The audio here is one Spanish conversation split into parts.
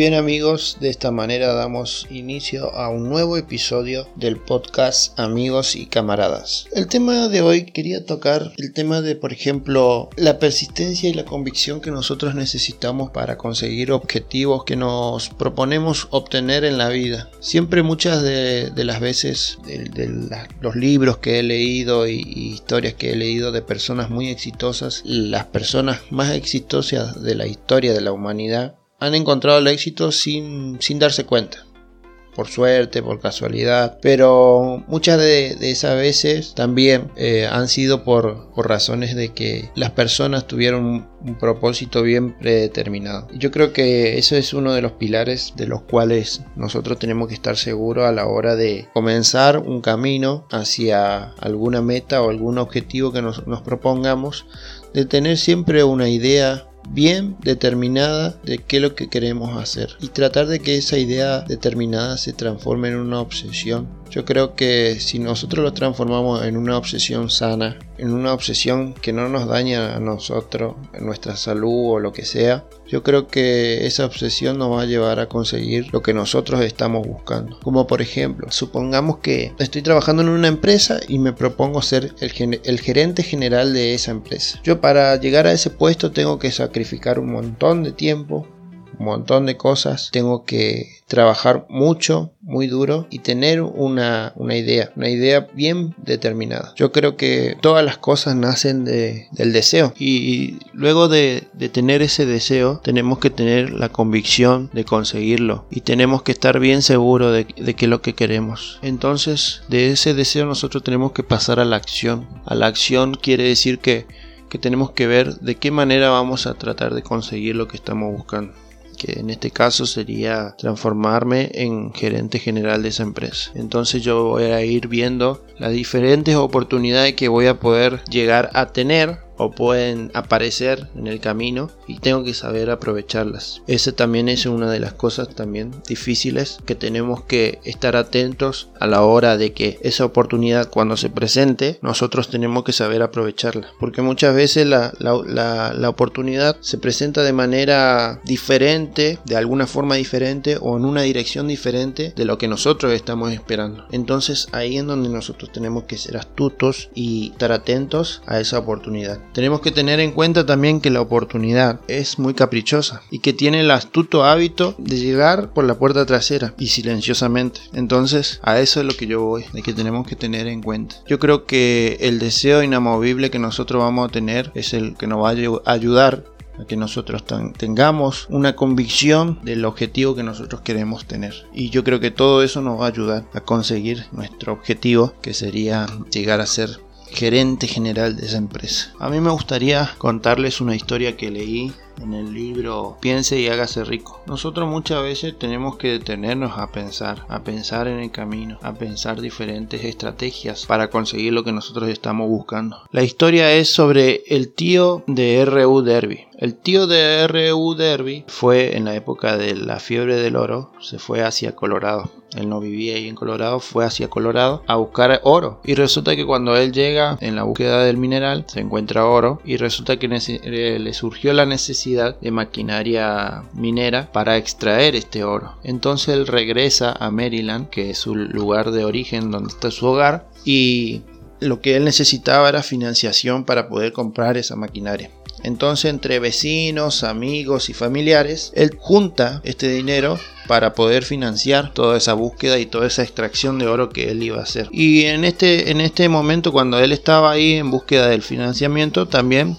bien amigos, de esta manera damos inicio a un nuevo episodio del podcast Amigos y Camaradas. El tema de hoy quería tocar el tema de, por ejemplo, la persistencia y la convicción que nosotros necesitamos para conseguir objetivos que nos proponemos obtener en la vida. Siempre muchas de las veces los libros que he leído y historias que he leído de personas muy exitosas, las personas más exitosas de la historia de la humanidad han encontrado el éxito sin darse cuenta, por suerte, por casualidad, pero muchas de esas veces también han sido por razones de que las personas tuvieron un propósito bien predeterminado. Yo creo que eso es uno de los pilares de los cuales nosotros tenemos que estar seguros a la hora de comenzar un camino hacia alguna meta o algún objetivo que nos propongamos, de tener siempre una idea bien determinada de qué es lo que queremos hacer y tratar de que esa idea determinada se transforme en una obsesión. Yo creo que si nosotros lo transformamos en una obsesión sana, en una obsesión que no nos daña a nosotros, en nuestra salud o lo que sea, yo creo que esa obsesión nos va a llevar a conseguir lo que nosotros estamos buscando. Como por ejemplo, supongamos que estoy trabajando en una empresa y me propongo ser el gerente general de esa empresa. Yo para llegar a ese puesto tengo que sacrificar un montón de tiempo, un montón de cosas, tengo que trabajar mucho, muy duro y tener una idea bien determinada. Yo creo que todas las cosas nacen del deseo y luego de tener ese deseo tenemos que tener la convicción de conseguirlo y tenemos que estar bien seguros de qué es lo que queremos. Entonces de ese deseo nosotros tenemos que pasar a la acción. A la acción quiere decir que tenemos que ver de qué manera vamos a tratar de conseguir lo que estamos buscando, que en este caso sería transformarme en gerente general de esa empresa. Entonces yo voy a ir viendo las diferentes oportunidades que voy a poder llegar a tener o pueden aparecer en el camino y tengo que saber aprovecharlas. Esa también es una de las cosas también difíciles que tenemos que estar atentos a la hora de que esa oportunidad cuando se presente nosotros tenemos que saber aprovecharla, porque muchas veces la oportunidad se presenta de manera diferente, de alguna forma diferente o en una dirección diferente de lo que nosotros estamos esperando. Entonces ahí es donde nosotros tenemos que ser astutos y estar atentos a esa oportunidad. Tenemos que tener en cuenta también que la oportunidad es muy caprichosa y que tiene el astuto hábito de llegar por la puerta trasera y silenciosamente. Entonces a eso es lo que yo voy, de que tenemos que tener en cuenta. Yo creo que el deseo inamovible que nosotros vamos a tener es el que nos va a ayudar a que nosotros tengamos una convicción del objetivo que nosotros queremos tener. Y yo creo que todo eso nos va a ayudar a conseguir nuestro objetivo, que sería llegar a ser gerente general de esa empresa. A mí me gustaría contarles una historia que leí en el libro Piense y hágase rico. Nosotros muchas veces tenemos que detenernos a pensar en el camino, a pensar diferentes estrategias para conseguir lo que nosotros estamos buscando. La historia es sobre el tío de R.U. Derby. El tío de R.U. Derby fue en la época de la fiebre del oro, se fue hacia Colorado. Él no vivía ahí en Colorado, fue hacia Colorado a buscar oro. Y resulta que cuando él llega en la búsqueda del mineral, se encuentra oro. Y resulta que le surgió la necesidad de maquinaria minera para extraer este oro. Entonces él regresa a Maryland, que es su lugar de origen, donde está su hogar. Y lo que él necesitaba era financiación para poder comprar esa maquinaria. Entonces entre vecinos, amigos y familiares, él junta este dinero para poder financiar toda esa búsqueda y toda esa extracción de oro que él iba a hacer. Y en este momento, cuando él estaba ahí en búsqueda del financiamiento, también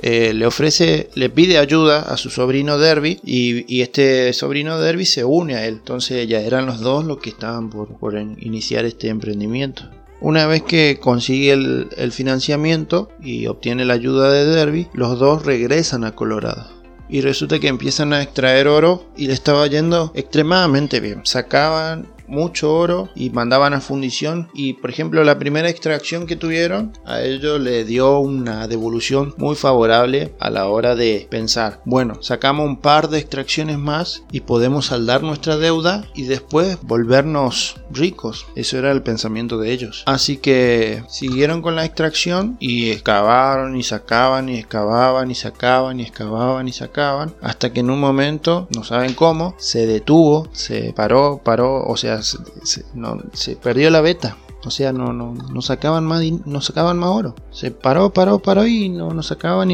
le pide ayuda a su sobrino Derby y este sobrino Derby se une a él. Entonces ya eran los dos los que estaban por iniciar este emprendimiento. Una vez que consigue el financiamiento y obtiene la ayuda de Derby, los dos regresan a Colorado. Y resulta que empiezan a extraer oro y le estaba yendo extremadamente bien. Sacaban mucho oro y mandaban a fundición, y por ejemplo la primera extracción que tuvieron a ellos le dio una devolución muy favorable a la hora de pensar, bueno, sacamos un par de extracciones más y podemos saldar nuestra deuda y después volvernos ricos. Eso era el pensamiento de ellos. Así que siguieron con la extracción y excavaron y sacaban y excavaban y sacaban y excavaban y sacaban, hasta que en un momento, no saben cómo, se detuvo, se paró, o sea, se perdió la veta. O sea, no sacaban más oro. Se paró y no sacaban.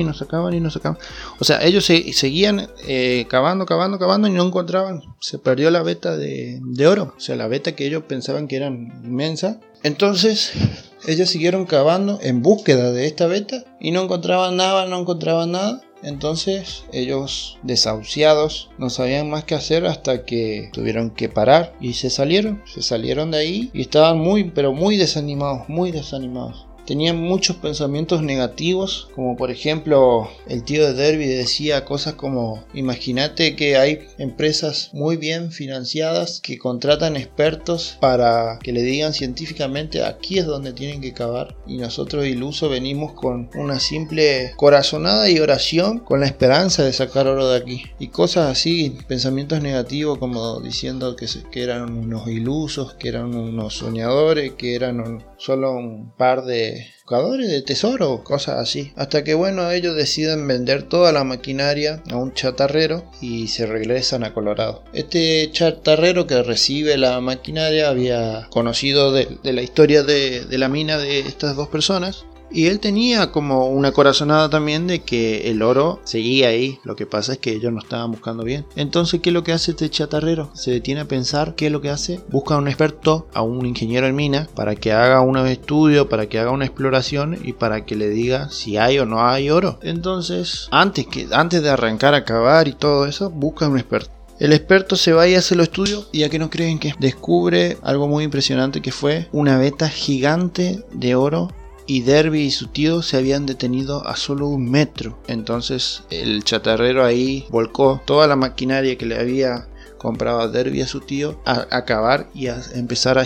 O sea, ellos seguían cavando y no encontraban. Se perdió la veta de oro. O sea, la veta que ellos pensaban que era inmensa. Entonces, ellos siguieron cavando en búsqueda de esta veta y no encontraban nada. Entonces ellos, desahuciados, no sabían más qué hacer hasta que tuvieron que parar y se salieron de ahí y estaban muy desanimados. Tenían muchos pensamientos negativos, como por ejemplo el tío de Derby decía cosas como: imagínate que hay empresas muy bien financiadas que contratan expertos para que le digan científicamente aquí es donde tienen que cavar, y nosotros ilusos venimos con una simple corazonada y oración con la esperanza de sacar oro de aquí, y cosas así, pensamientos negativos como diciendo que eran unos ilusos, que eran unos soñadores, que eran solo un par de buscadores de tesoro, cosas así, hasta que bueno, ellos deciden vender toda la maquinaria a un chatarrero y se regresan a Colorado. Este chatarrero que recibe la maquinaria había conocido de la historia de la mina de estas dos personas, y él tenía como una corazonada también de que el oro seguía ahí. Lo que pasa es que ellos no estaban buscando bien. Entonces, ¿qué es lo que hace este chatarrero? Se detiene a pensar qué es lo que hace. Busca a un experto, a un ingeniero en mina, para que haga un estudio, para que haga una exploración y para que le diga si hay o no hay oro. Entonces, antes de arrancar a cavar y todo eso, busca a un experto. El experto se va y hace el estudio, y ¿a qué no creen que descubre algo muy impresionante, que fue una veta gigante de oro? Y Derby y su tío se habían detenido a solo 1 metro. Entonces el chatarrero ahí volcó toda la maquinaria que le había comprado a Derby y a su tío a cavar y a empezar a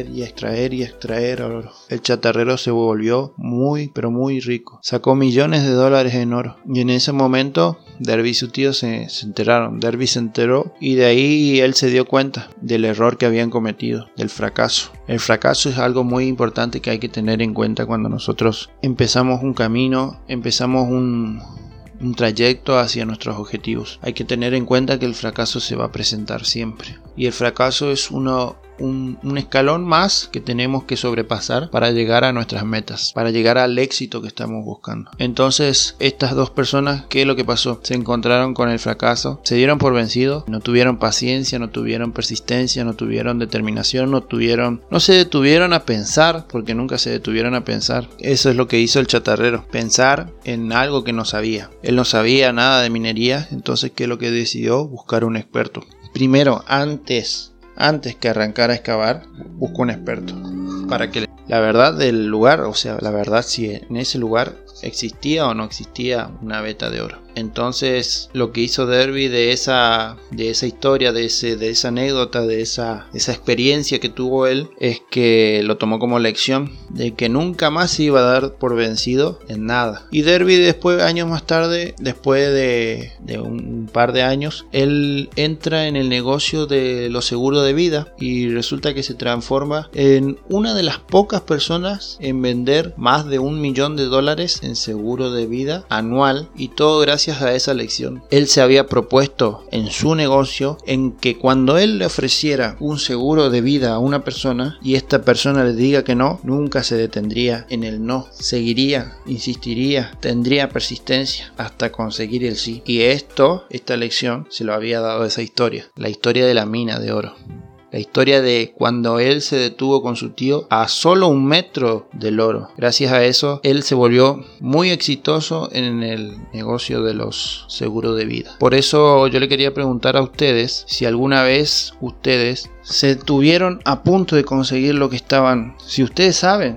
extraer oro. El chatarrero se volvió muy rico. Sacó millones de dólares en oro. Y en ese momento Derby y su tío se enteraron. Derby se enteró y de ahí él se dio cuenta del error que habían cometido, del fracaso. El fracaso es algo muy importante que hay que tener en cuenta cuando nosotros empezamos un camino, empezamos un trayecto hacia nuestros objetivos. Hay que tener en cuenta que el fracaso se va a presentar siempre. Y el fracaso es un escalón más que tenemos que sobrepasar para llegar a nuestras metas, para llegar al éxito que estamos buscando. Entonces, estas dos personas, ¿qué es lo que pasó? Se encontraron con el fracaso, se dieron por vencidos, no tuvieron paciencia, no tuvieron persistencia, no tuvieron determinación, no se detuvieron a pensar, porque nunca se detuvieron a pensar. Eso es lo que hizo el chatarrero, pensar en algo que no sabía. Él no sabía nada de minería, entonces ¿qué es lo que decidió? Buscar un experto. Primero, antes que arrancar a excavar, buscó un experto para que la verdad del lugar, o sea, la verdad si en ese lugar existía o no existía una veta de oro. Entonces, lo que hizo Derby de esa historia, de esa anécdota, de esa experiencia que tuvo él, es que lo tomó como lección de que nunca más se iba a dar por vencido en nada. Y Derby después, años más tarde, después de un par de años, él entra en el negocio de los seguros de vida y resulta que se transforma en una de las pocas personas en vender más de $1 millón en seguro de vida anual, y todo gracias a esa lección. Él se había propuesto en su negocio en que cuando él le ofreciera un seguro de vida a una persona y esta persona le diga que no, nunca se detendría en el no, seguiría, insistiría, tendría persistencia hasta conseguir el sí. Y esta lección se lo había dado esa historia, la historia de la mina de oro. La historia de cuando él se detuvo con su tío a solo 1 metro del oro. Gracias a eso, él se volvió muy exitoso en el negocio de los seguros de vida. Por eso yo le quería preguntar a ustedes si alguna vez ustedes se tuvieron a punto de conseguir lo que estaban. Si ustedes saben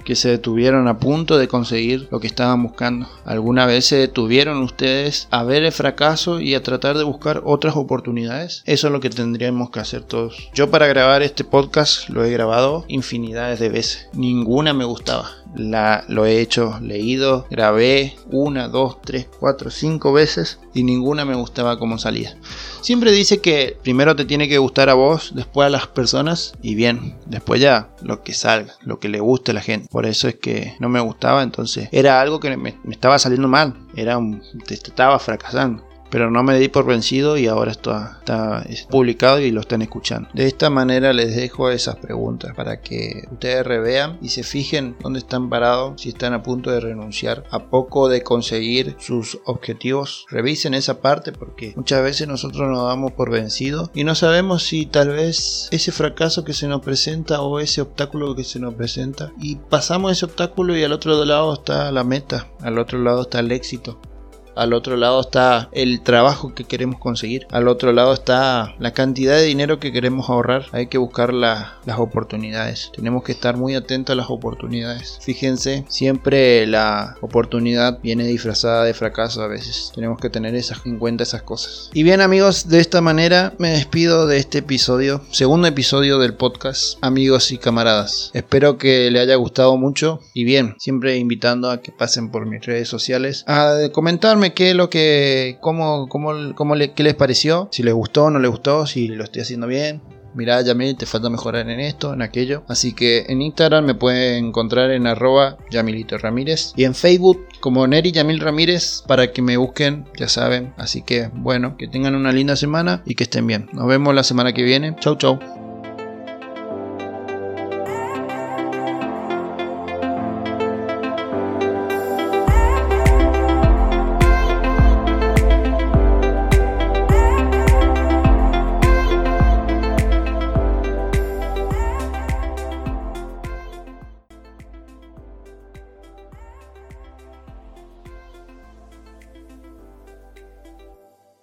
que se detuvieron a punto de conseguir lo que estaban buscando? ¿Alguna vez se detuvieron ustedes a ver el fracaso y a tratar de buscar otras oportunidades? Eso es lo que tendríamos que hacer todos. Yo para grabar este podcast lo he grabado infinidades de veces. Ninguna me gustaba. Lo he hecho, leído, grabé 1, 2, 3, 4, 5 veces y ninguna me gustaba cómo salía. Siempre dice que primero te tiene que gustar a vos, después a las personas y bien, después ya lo que salga, lo que le guste a la gente. Por eso es que no me gustaba, entonces era algo que me estaba saliendo mal, estaba fracasando. Pero no me di por vencido y ahora está publicado y lo están escuchando. De esta manera les dejo esas preguntas para que ustedes revean y se fijen dónde están parados, si están a punto de renunciar, a poco de conseguir sus objetivos. Revisen esa parte porque muchas veces nosotros nos damos por vencidos y no sabemos si tal vez ese fracaso que se nos presenta o ese obstáculo que se nos presenta y pasamos ese obstáculo y al otro lado está la meta, al otro lado está el éxito. Al otro lado está el trabajo que queremos conseguir. Al otro lado está la cantidad de dinero que queremos ahorrar. Hay que buscar las oportunidades. Tenemos que estar muy atentos a las oportunidades. Fíjense, siempre la oportunidad viene disfrazada de fracaso a veces. Tenemos que tener en cuenta esas cosas. Y bien amigos, de esta manera me despido de este episodio. Segundo episodio del podcast Amigos y Camaradas. Espero que les haya gustado mucho. Y bien, siempre invitando a que pasen por mis redes sociales a comentarme qué les pareció, si les gustó o no les gustó, si lo estoy haciendo bien. Mirá, Yamil, te falta mejorar en esto, en aquello. Así que en Instagram me pueden encontrar en @YamilitoRamírez y en Facebook como Neri Yamil Ramírez para que me busquen, ya saben. Así que bueno, que tengan una linda semana y que estén bien. Nos vemos la semana que viene. Chau, chau.